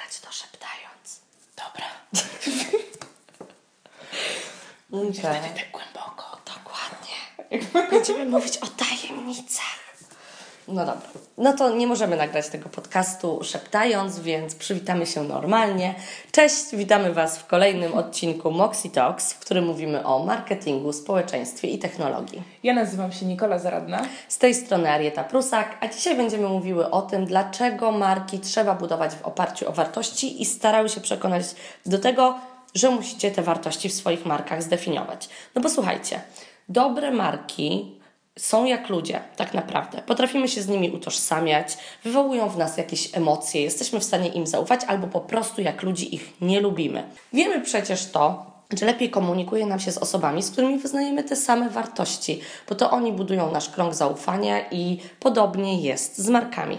nagrać to szeptając. Dobra. Okay. Wtedy tak głęboko. Dokładnie. Będziemy mówić o tajemnicach. No dobra. No to nie możemy nagrać tego podcastu szeptając, więc przywitamy się normalnie. Cześć, witamy Was w kolejnym odcinku Moxie Talks, w którym mówimy o marketingu, społeczeństwie i technologii. Ja nazywam się Nikola Zaradna. Z tej strony Arieta Prusak, a dzisiaj będziemy mówiły o tym, dlaczego marki trzeba budować w oparciu o wartości i starały się przekonać do tego, że musicie te wartości w swoich markach zdefiniować. No bo słuchajcie, dobre marki są jak ludzie, tak naprawdę. Potrafimy się z nimi utożsamiać, wywołują w nas jakieś emocje, jesteśmy w stanie im zaufać albo po prostu jak ludzi ich nie lubimy. Wiemy przecież to, że lepiej komunikuje nam się z osobami, z którymi wyznajemy te same wartości, bo to oni budują nasz krąg zaufania i podobnie jest z markami.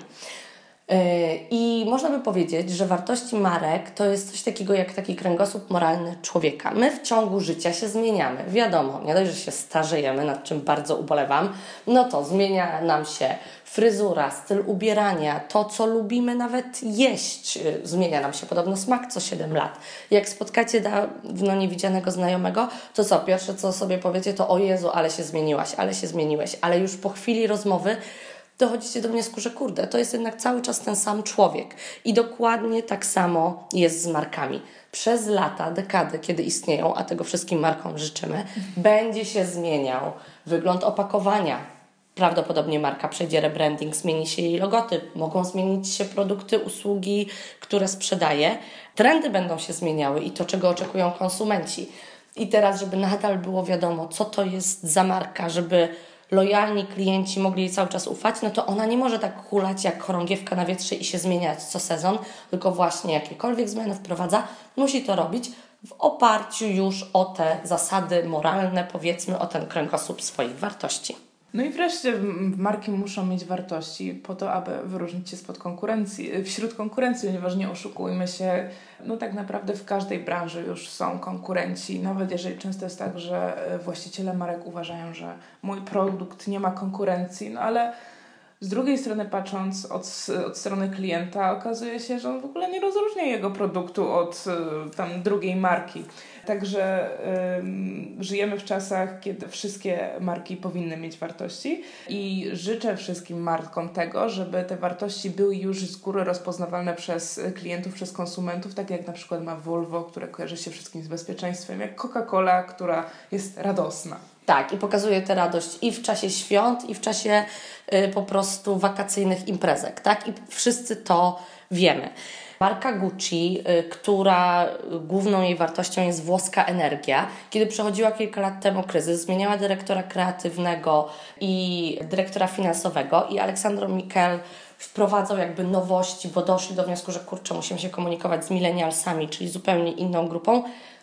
I można by powiedzieć, że wartości marek to jest coś takiego jak taki kręgosłup moralny człowieka. My w ciągu życia się zmieniamy. Wiadomo, nie dość, że się starzejemy, nad czym bardzo ubolewam, no to zmienia nam się fryzura, styl ubierania, to co lubimy nawet jeść. Zmienia nam się podobno smak co 7 lat. Jak spotkacie dawno niewidzianego znajomego, to co? Pierwsze co sobie powiecie to o Jezu, ale się zmieniłaś, ale się zmieniłeś. Ale już po chwili rozmowy dochodzicie do wniosku, że kurde, to jest jednak cały czas ten sam człowiek. I dokładnie tak samo jest z markami. Przez lata, dekady, kiedy istnieją, a tego wszystkim markom życzymy, będzie się zmieniał wygląd opakowania. Prawdopodobnie marka przejdzie rebranding, zmieni się jej logotyp, mogą zmienić się produkty, usługi, które sprzedaje. Trendy będą się zmieniały i to, czego oczekują konsumenci. I teraz, żeby nadal było wiadomo, co to jest za marka, żeby lojalni klienci mogli jej cały czas ufać, no to ona nie może tak hulać jak chorągiewka na wietrze i się zmieniać co sezon, tylko właśnie jakiekolwiek zmiany wprowadza, musi to robić w oparciu już o te zasady moralne, powiedzmy o ten kręgosłup swoich wartości. No i wreszcie marki muszą mieć wartości po to, aby wyróżnić się wśród konkurencji, ponieważ nie oszukujmy się, no tak naprawdę w każdej branży już są konkurenci, nawet jeżeli często jest tak, że właściciele marek uważają, że mój produkt nie ma konkurencji, no ale z drugiej strony patrząc od strony klienta okazuje się, że on w ogóle nie rozróżnia jego produktu od tam drugiej marki. Także żyjemy w czasach, kiedy wszystkie marki powinny mieć wartości i życzę wszystkim markom tego, żeby te wartości były już z góry rozpoznawalne przez klientów, przez konsumentów, tak jak na przykład ma Volvo, które kojarzy się wszystkim z bezpieczeństwem, jak Coca-Cola, która jest radosna. Tak, i pokazuje tę radość i w czasie świąt, i w czasie po prostu wakacyjnych imprezek, tak? I wszyscy to wiemy. Marka Gucci, która główną jej wartością jest włoska energia, kiedy przechodziła kilka lat temu kryzys, zmieniała dyrektora kreatywnego i dyrektora finansowego i Alessandro Michel wprowadzał jakby nowości, bo doszli do wniosku, że kurczę, musimy się komunikować z millennialsami, czyli zupełnie inną grupą.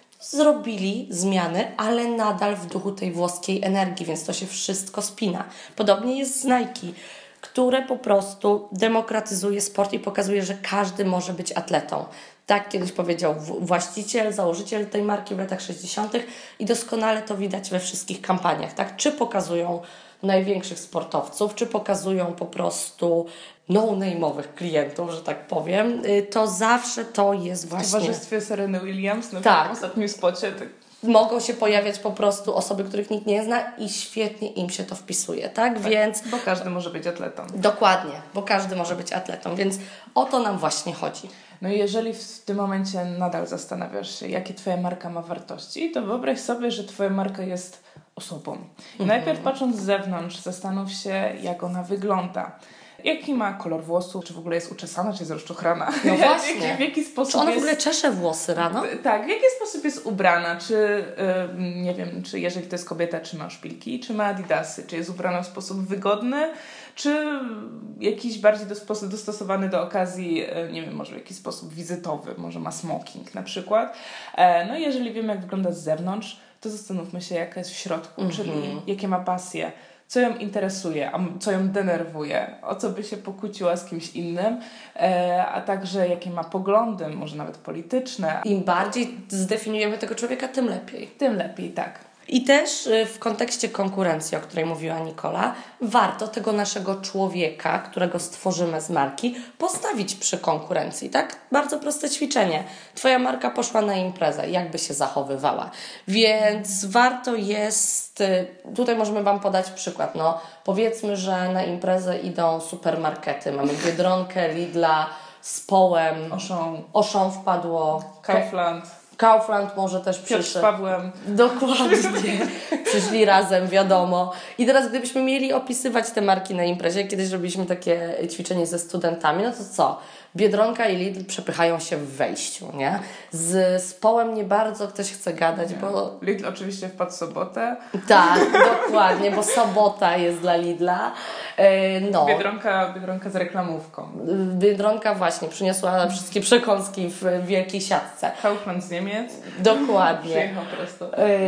Zrobili zmiany, ale nadal w duchu tej włoskiej energii, więc to się wszystko spina. Podobnie jest z Nike, które po prostu demokratyzuje sport i pokazuje, że każdy może być atletą. Tak kiedyś powiedział właściciel, założyciel tej marki w latach 60. i doskonale to widać we wszystkich kampaniach. Tak? Czy pokazują największych sportowców, czy pokazują po prostu no-name'owych klientów, że tak powiem, to zawsze to jest właśnie... W towarzystwie Sereny Williams, tak. W ostatnim spocie. Tak. Mogą się pojawiać po prostu osoby, których nikt nie zna i świetnie im się to wpisuje, tak? Więc... Bo każdy może być atletą. Dokładnie, bo każdy może być atletą, więc o to nam właśnie chodzi. No i jeżeli w tym momencie nadal zastanawiasz się, jakie Twoja marka ma wartości, to wyobraź sobie, że Twoja marka jest osobą. I najpierw patrząc z zewnątrz, zastanów się, jak ona wygląda. Jaki ma kolor włosów, czy w ogóle jest uczesana, czy jest rozczochrana. No właśnie. W jaki sposób czy ona w ogóle czesze włosy rano? Tak, w jaki sposób jest ubrana, czy nie wiem, czy jeżeli to jest kobieta, czy ma szpilki, czy ma adidasy, czy jest ubrana w sposób wygodny, czy jakiś bardziej sposób dostosowany do okazji, nie wiem, może w jakiś sposób wizytowy, może ma smoking na przykład. No i jeżeli wiemy, jak wygląda z zewnątrz, to zastanówmy się, jaka jest w środku, czyli jakie ma pasje, co ją interesuje, a co ją denerwuje, o co by się pokłóciła z kimś innym, a także jakie ma poglądy, może nawet polityczne. Im bardziej zdefiniujemy tego człowieka, tym lepiej. Tym lepiej, tak. I też w kontekście konkurencji, o której mówiła Nikola, warto tego naszego człowieka, którego stworzymy z marki, postawić przy konkurencji, tak? Bardzo proste ćwiczenie. Twoja marka poszła na imprezę, jakby się zachowywała. Więc warto jest, tutaj możemy Wam podać przykład, no powiedzmy, że na imprezę idą supermarkety, mamy Biedronkę, Lidla, Społem, Auchan wpadło, Kaufland może też Piotr z Pawłem. Dokładnie. Przyszli razem, wiadomo. I teraz gdybyśmy mieli opisywać te marki na imprezie, kiedyś robiliśmy takie ćwiczenie ze studentami, no to co? Biedronka i Lidl przepychają się w wejściu, nie? Z Społem nie bardzo ktoś chce gadać, nie. Bo... Lidl oczywiście wpadł w sobotę. Tak, dokładnie, bo sobota jest dla Lidla. No. Biedronka z reklamówką. Biedronka właśnie przyniosła wszystkie przekąski w wielkiej siatce. Kaufland z Niemiec. Dokładnie. Przyjechał prosto.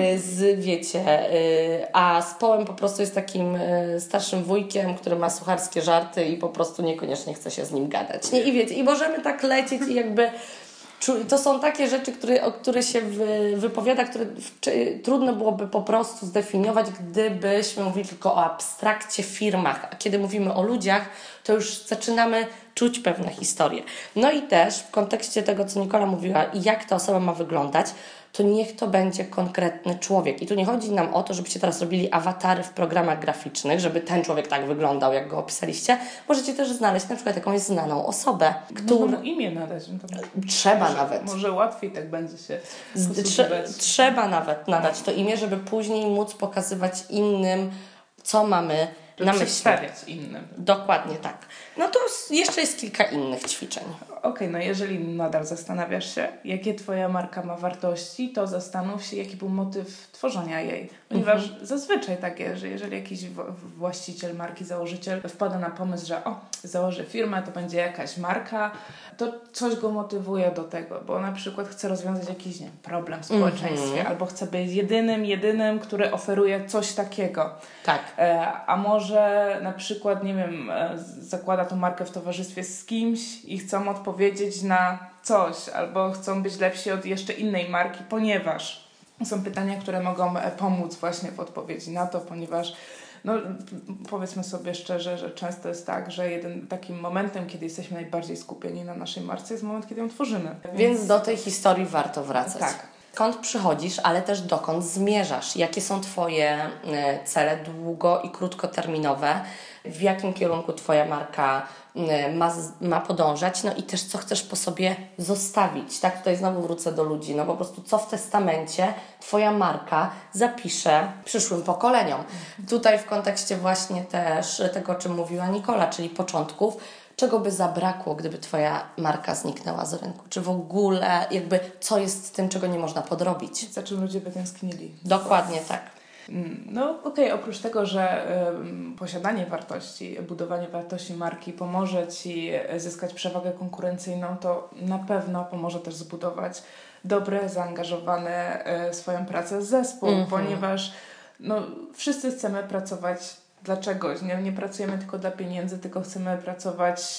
Wiecie, a Społem po prostu jest takim starszym wujkiem, który ma sucharskie żarty i po prostu niekoniecznie chce się z nim gadać. Nie? I wiecie, i możemy tak lecieć i jakby... To są takie rzeczy, o które się wypowiada, które trudno byłoby po prostu zdefiniować, gdybyśmy mówili tylko o abstrakcie, firmach. A kiedy mówimy o ludziach, to już zaczynamy czuć pewne historie. No i też w kontekście tego, co Nikola mówiła i jak ta osoba ma wyglądać, to niech to będzie konkretny człowiek. I tu nie chodzi nam o to, żebyście teraz robili awatary w programach graficznych, żeby ten człowiek tak wyglądał, jak go opisaliście. Możecie też znaleźć na przykład jakąś znaną osobę, która... imię nadać. Trzeba nawet. Może łatwiej tak będzie się Trzeba nawet nadać to imię, żeby później móc pokazywać innym, co mamy na myśli. Przedstawiać innym. Dokładnie tak. No to jeszcze jest kilka innych ćwiczeń. Okej, no jeżeli nadal zastanawiasz się, jakie Twoja marka ma wartości, to zastanów się, jaki był motyw tworzenia jej. Ponieważ zazwyczaj tak jest, że jeżeli jakiś właściciel marki, założyciel wpada na pomysł, że założę firmę, to będzie jakaś marka, to coś go motywuje do tego, bo na przykład chce rozwiązać jakiś problem w społeczeństwie, albo chce być jedynym, który oferuje coś takiego. Tak. A może na przykład, nie wiem, zakłada tą markę w towarzystwie z kimś i chcą odpowiedzieć na coś, albo chcą być lepsi od jeszcze innej marki, ponieważ są pytania, które mogą pomóc właśnie w odpowiedzi na to, ponieważ no, powiedzmy sobie szczerze, że często jest tak, że takim momentem, kiedy jesteśmy najbardziej skupieni na naszej marce, jest moment, kiedy ją tworzymy. Więc do tej historii warto wracać. Tak. Skąd przychodzisz, ale też dokąd zmierzasz? Jakie są Twoje cele długo- i krótkoterminowe? W jakim kierunku Twoja marka ma podążać? No i też co chcesz po sobie zostawić? Tak, tutaj znowu wrócę do ludzi. No po prostu co w testamencie Twoja marka zapisze przyszłym pokoleniom? Tutaj w kontekście właśnie też tego, o czym mówiła Nikola, czyli początków, czego by zabrakło, gdyby Twoja marka zniknęła z rynku? Czy w ogóle jakby co jest z tym, czego nie można podrobić? Za czym ludzie by tęsknili. Dokładnie tak. No okej, oprócz tego, że posiadanie wartości, budowanie wartości marki pomoże Ci zyskać przewagę konkurencyjną, to na pewno pomoże też zbudować dobre, zaangażowane swoją pracę zespół, ponieważ wszyscy chcemy pracować dla czegoś. Nie pracujemy tylko dla pieniędzy, tylko chcemy pracować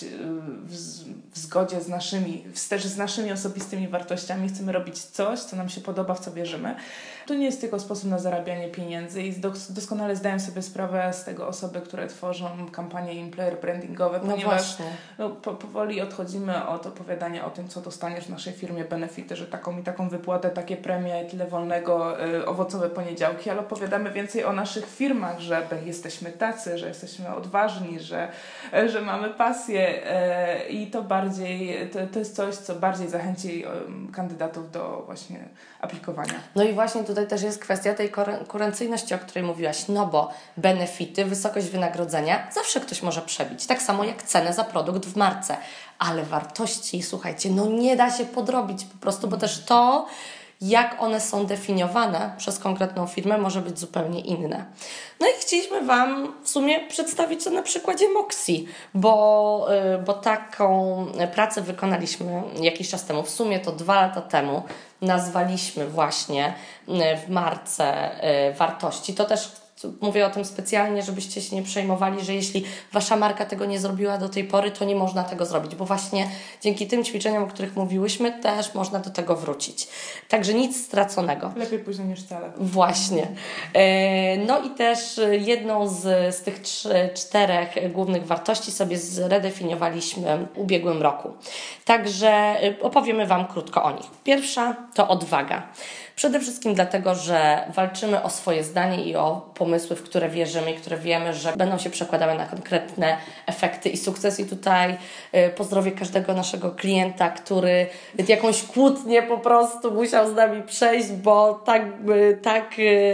w zgodzie z naszymi osobistymi wartościami. Chcemy robić coś, co nam się podoba, w co wierzymy. To nie jest tylko sposób na zarabianie pieniędzy i doskonale zdają sobie sprawę z tego osoby, które tworzą kampanie employer brandingowe, ponieważ powoli odchodzimy od opowiadania o tym, co dostaniesz w naszej firmie, benefity, że taką i taką wypłatę, takie premie, tyle wolnego, owocowe poniedziałki, ale opowiadamy więcej o naszych firmach, że jesteśmy tacy, że jesteśmy odważni, że mamy pasję i to jest coś, co bardziej zachęci kandydatów do właśnie aplikowania. No i właśnie tutaj też jest kwestia tej konkurencyjności, o której mówiłaś, no bo benefity, wysokość wynagrodzenia zawsze ktoś może przebić, tak samo jak cenę za produkt w marce, ale wartości, słuchajcie, nie da się podrobić po prostu, bo też to, jak one są definiowane przez konkretną firmę, może być zupełnie inne. No i chcieliśmy Wam w sumie przedstawić to na przykładzie Moxie, bo taką pracę wykonaliśmy jakiś czas temu, w sumie to 2 lata temu, nazwaliśmy właśnie w marce wartości. To też mówię o tym specjalnie, żebyście się nie przejmowali, że jeśli wasza marka tego nie zrobiła do tej pory, to nie można tego zrobić, bo właśnie dzięki tym ćwiczeniom, o których mówiłyśmy, też można do tego wrócić. Także nic straconego. Lepiej późno niż wcale. Właśnie. No i też jedną z tych 4 głównych wartości sobie zredefiniowaliśmy w ubiegłym roku. Także opowiemy Wam krótko o nich. Pierwsza to odwaga. Przede wszystkim dlatego, że walczymy o swoje zdanie i o pomysły, w które wierzymy i które wiemy, że będą się przekładały na konkretne efekty i sukces. I tutaj pozdrowię każdego naszego klienta, który jakąś kłótnię po prostu musiał z nami przejść, bo tak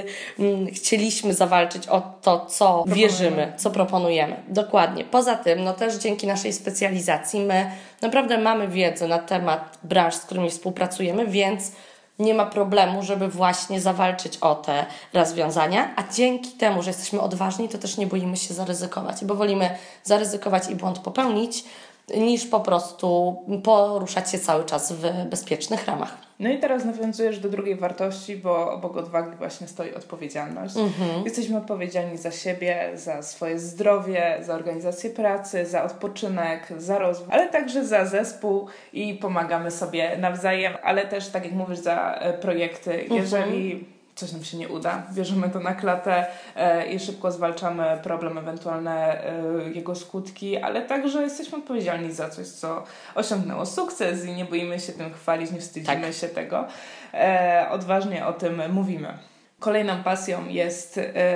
chcieliśmy zawalczyć o to, co wierzymy, co proponujemy. Dokładnie. Poza tym, no też dzięki naszej specjalizacji my naprawdę mamy wiedzę na temat branż, z którymi współpracujemy, więc nie ma problemu, żeby właśnie zawalczyć o te rozwiązania, a dzięki temu, że jesteśmy odważni, to też nie boimy się zaryzykować, bo wolimy zaryzykować i błąd popełnić, niż po prostu poruszać się cały czas w bezpiecznych ramach. No i teraz nawiązujesz do drugiej wartości, bo obok odwagi właśnie stoi odpowiedzialność. Jesteśmy odpowiedzialni za siebie, za swoje zdrowie, za organizację pracy, za odpoczynek, za rozwój, ale także za zespół i pomagamy sobie nawzajem, ale też, tak jak mówisz, za projekty. Jeżeli coś nam się nie uda, bierzemy to na klatę i szybko zwalczamy problem, ewentualne jego skutki, ale także jesteśmy odpowiedzialni za coś, co osiągnęło sukces i nie boimy się tym chwalić, nie wstydzimy się tego. Odważnie o tym mówimy. Kolejną pasją jest...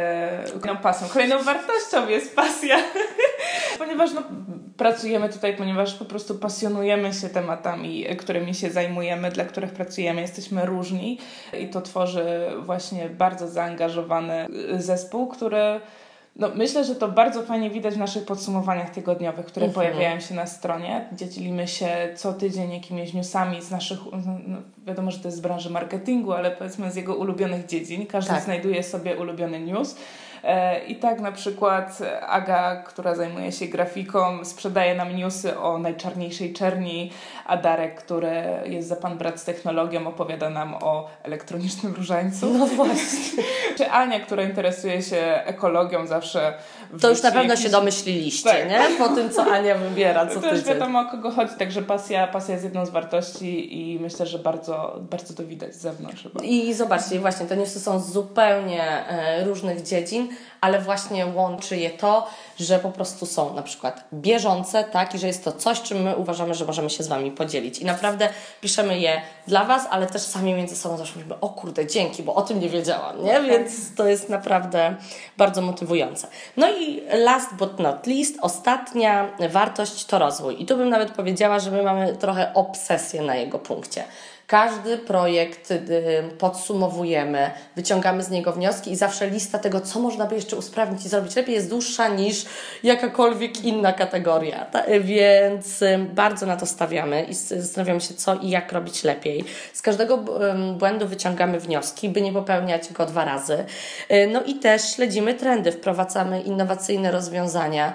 Kolejną wartością jest pasja. Ponieważ pracujemy tutaj, ponieważ po prostu pasjonujemy się tematami, którymi się zajmujemy, dla których pracujemy, jesteśmy różni i to tworzy właśnie bardzo zaangażowany zespół, który myślę, że to bardzo fajnie widać w naszych podsumowaniach tygodniowych, które pojawiają się na stronie, gdzie dzielimy się co tydzień jakimiś newsami z naszych, wiadomo, że to jest z branży marketingu, ale powiedzmy z jego ulubionych dziedzin. Każdy znajduje sobie ulubiony news. I tak na przykład Aga, która zajmuje się grafiką, sprzedaje nam newsy o najczarniejszej czerni, a Darek, który jest za pan brat z technologią, opowiada nam o elektronicznym różańcu. No właśnie. Czy Ania, która interesuje się ekologią, zawsze... To już na pewno się domyśliliście, nie? Po tym, co Ania wybiera co tydzień. To już wiadomo, o kogo chodzi, także pasja jest jedną z wartości i myślę, że bardzo, bardzo to widać z zewnątrz chyba. I zobaczcie, właśnie te newsy są z zupełnie różnych dziedzin, ale właśnie łączy je to, że po prostu są na przykład bieżące, tak? I że jest to coś, czym my uważamy, że możemy się z Wami podzielić. I naprawdę piszemy je dla Was, ale też sami między sobą zawsze mówimy, o kurde, dzięki, bo o tym nie wiedziałam, nie? Więc to jest naprawdę bardzo motywujące. No i last but not least, ostatnia wartość to rozwój. I tu bym nawet powiedziała, że my mamy trochę obsesję na jego punkcie. Każdy projekt podsumowujemy, wyciągamy z niego wnioski i zawsze lista tego, co można by jeszcze usprawnić i zrobić lepiej, jest dłuższa niż jakakolwiek inna kategoria. Więc bardzo na to stawiamy i zastanawiamy się, co i jak robić lepiej. Z każdego błędu wyciągamy wnioski, by nie popełniać go 2 razy. No i też śledzimy trendy, wprowadzamy innowacyjne rozwiązania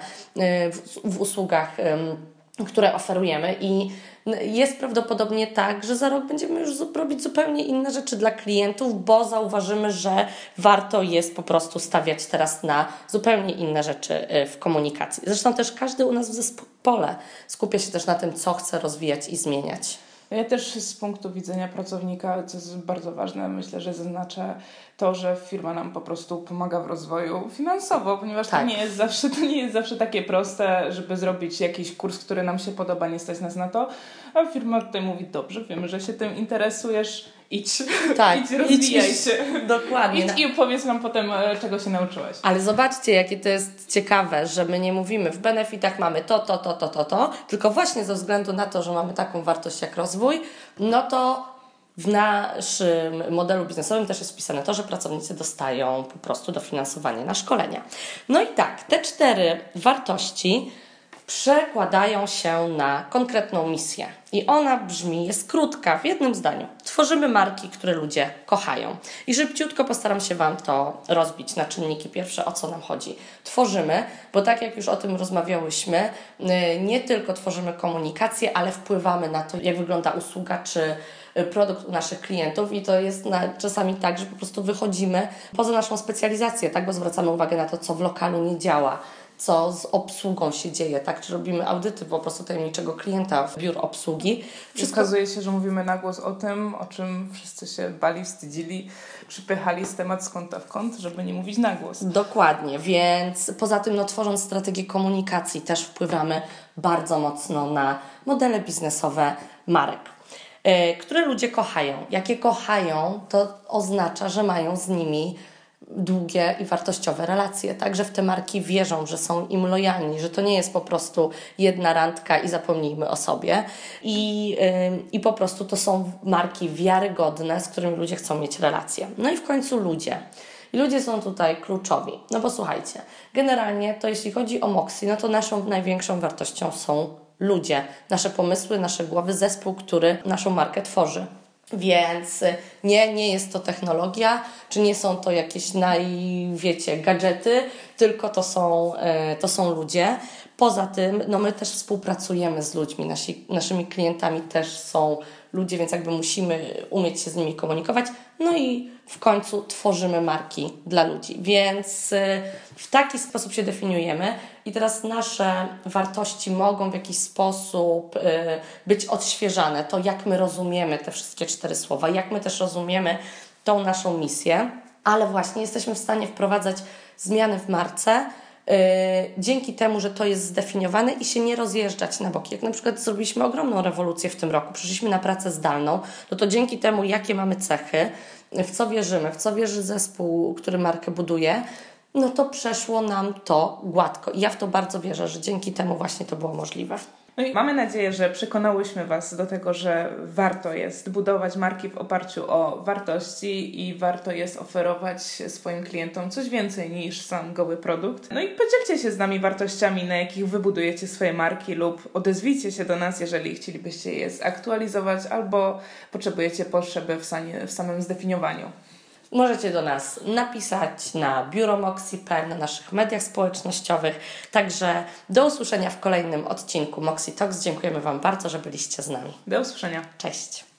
w usługach, które oferujemy i jest prawdopodobnie tak, że za rok będziemy już robić zupełnie inne rzeczy dla klientów, bo zauważymy, że warto jest po prostu stawiać teraz na zupełnie inne rzeczy w komunikacji. Zresztą też każdy u nas w zespole skupia się też na tym, co chce rozwijać i zmieniać. Ja też z punktu widzenia pracownika, co jest bardzo ważne, myślę, że zaznaczę to, że firma nam po prostu pomaga w rozwoju finansowo, ponieważ to nie jest zawsze takie proste, żeby zrobić jakiś kurs, który nam się podoba, nie stać nas na to, a firma tutaj mówi, dobrze, wiemy, że się tym interesujesz, idź rozwijaj się. Dokładnie. Idź i opowiedz nam potem, czego się nauczyłeś. Ale zobaczcie, jakie to jest ciekawe, że my nie mówimy, w benefitach mamy to, tylko właśnie ze względu na to, że mamy taką wartość jak rozwój, no to w naszym modelu biznesowym też jest wpisane to, że pracownicy dostają po prostu dofinansowanie na szkolenia. No i tak, te 4 wartości przekładają się na konkretną misję. I ona brzmi, jest krótka, w jednym zdaniu. Tworzymy marki, które ludzie kochają. I szybciutko postaram się Wam to rozbić na czynniki pierwsze, o co nam chodzi. Tworzymy, bo tak jak już o tym rozmawiałyśmy, nie tylko tworzymy komunikację, ale wpływamy na to, jak wygląda usługa czy produkt u naszych klientów i to jest czasami tak, że po prostu wychodzimy poza naszą specjalizację, tak, bo zwracamy uwagę na to, co w lokalu nie działa, co z obsługą się dzieje, tak, czy robimy audyty po prostu tajemniczego klienta w biur obsługi. Okazuje się, że mówimy na głos o tym, o czym wszyscy się bali, wstydzili, przypychali z temat z kąta w kąt, żeby nie mówić na głos. Dokładnie, więc poza tym tworząc strategię komunikacji też wpływamy bardzo mocno na modele biznesowe marek, które ludzie kochają. Jak je kochają, to oznacza, że mają z nimi długie i wartościowe relacje, tak, że w te marki wierzą, że są im lojalni, że to nie jest po prostu jedna randka i zapomnijmy o sobie i po prostu to są marki wiarygodne, z którymi ludzie chcą mieć relacje. No i w końcu ludzie. I ludzie są tutaj kluczowi. No bo słuchajcie, generalnie to jeśli chodzi o Moxie, to naszą największą wartością są ludzie, nasze pomysły, nasze głowy, zespół, który naszą markę tworzy. Więc nie jest to technologia, czy nie są to jakieś gadżety, tylko to są ludzie. Poza tym, my też współpracujemy z ludźmi, naszymi klientami też są ludzie, więc jakby musimy umieć się z nimi komunikować. No i w końcu tworzymy marki dla ludzi, więc w taki sposób się definiujemy i teraz nasze wartości mogą w jakiś sposób być odświeżane. To jak my rozumiemy te wszystkie 4 słowa, jak my też rozumiemy tą naszą misję, ale właśnie jesteśmy w stanie wprowadzać zmiany w marce dzięki temu, że to jest zdefiniowane i się nie rozjeżdżać na boki. Jak na przykład zrobiliśmy ogromną rewolucję w tym roku, przeszliśmy na pracę zdalną, to dzięki temu, jakie mamy cechy, w co wierzy zespół, który markę buduje, to przeszło nam to gładko. I ja w to bardzo wierzę, że dzięki temu właśnie to było możliwe. No i mamy nadzieję, że przekonałyśmy Was do tego, że warto jest budować marki w oparciu o wartości i warto jest oferować swoim klientom coś więcej niż sam goły produkt. No i podzielcie się z nami wartościami, na jakich wybudujecie swoje marki lub odezwijcie się do nas, jeżeli chcielibyście je zaktualizować albo potrzebujecie potrzeby w samym zdefiniowaniu. Możecie do nas napisać na biuro Moxie.pl, na naszych mediach społecznościowych. Także do usłyszenia w kolejnym odcinku Moxie Talks. Dziękujemy Wam bardzo, że byliście z nami. Do usłyszenia. Cześć.